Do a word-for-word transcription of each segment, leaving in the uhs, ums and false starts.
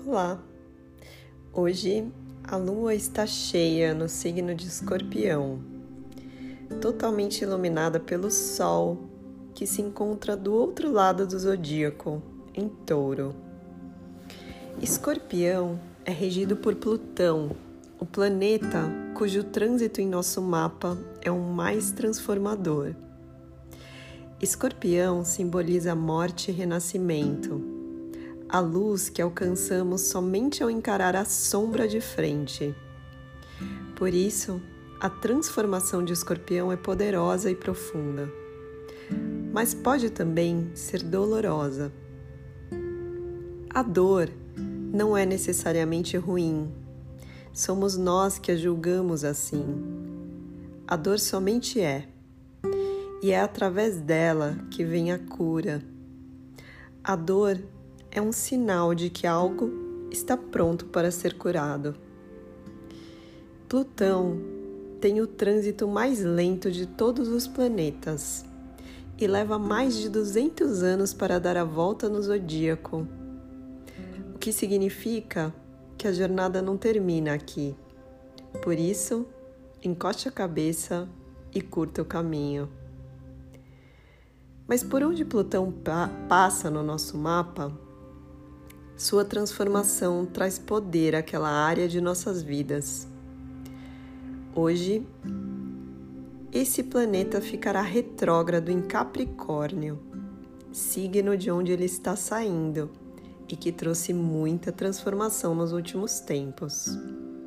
Olá! Hoje a lua está cheia no signo de Escorpião, totalmente iluminada pelo Sol, que se encontra do outro lado do zodíaco, em Touro. Escorpião é regido por Plutão, o planeta cujo trânsito em nosso mapa é o mais transformador. Escorpião simboliza morte e renascimento, a luz que alcançamos somente ao encarar a sombra de frente. Por isso, a transformação de Escorpião é poderosa e profunda, mas pode também ser dolorosa. A dor não é necessariamente ruim, somos nós que a julgamos assim. A dor somente é, e é através dela que vem a cura. A dor é um sinal de que algo está pronto para ser curado. Plutão tem o trânsito mais lento de todos os planetas e leva mais de duzentos anos para dar a volta no zodíaco, o que significa que a jornada não termina aqui. Por isso, encoste a cabeça e curta o caminho. Mas por onde Plutão pa- passa no nosso mapa, sua transformação traz poder àquela área de nossas vidas. Hoje, esse planeta ficará retrógrado em Capricórnio, signo de onde ele está saindo e que trouxe muita transformação nos últimos tempos.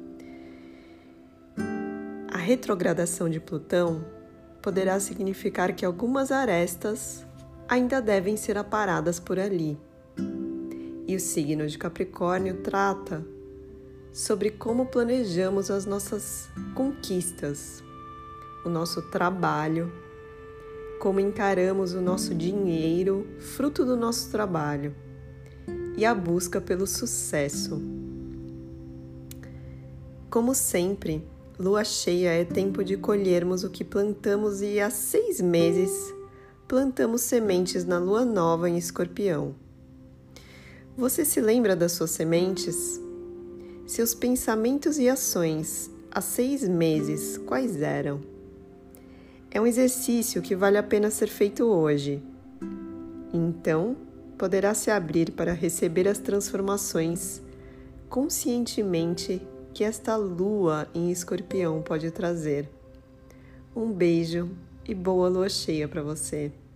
A retrogradação de Plutão poderá significar que algumas arestas ainda devem ser aparadas por ali. E o signo de Capricórnio trata sobre como planejamos as nossas conquistas, o nosso trabalho, como encaramos o nosso dinheiro, fruto do nosso trabalho, e a busca pelo sucesso. Como sempre, lua cheia é tempo de colhermos o que plantamos e há seis meses plantamos sementes na lua nova em Escorpião. Você se lembra das suas sementes? Seus pensamentos e ações há seis meses, quais eram? É um exercício que vale a pena ser feito hoje. Então, poderá se abrir para receber as transformações conscientemente que esta lua em Escorpião pode trazer. Um beijo e boa lua cheia para você.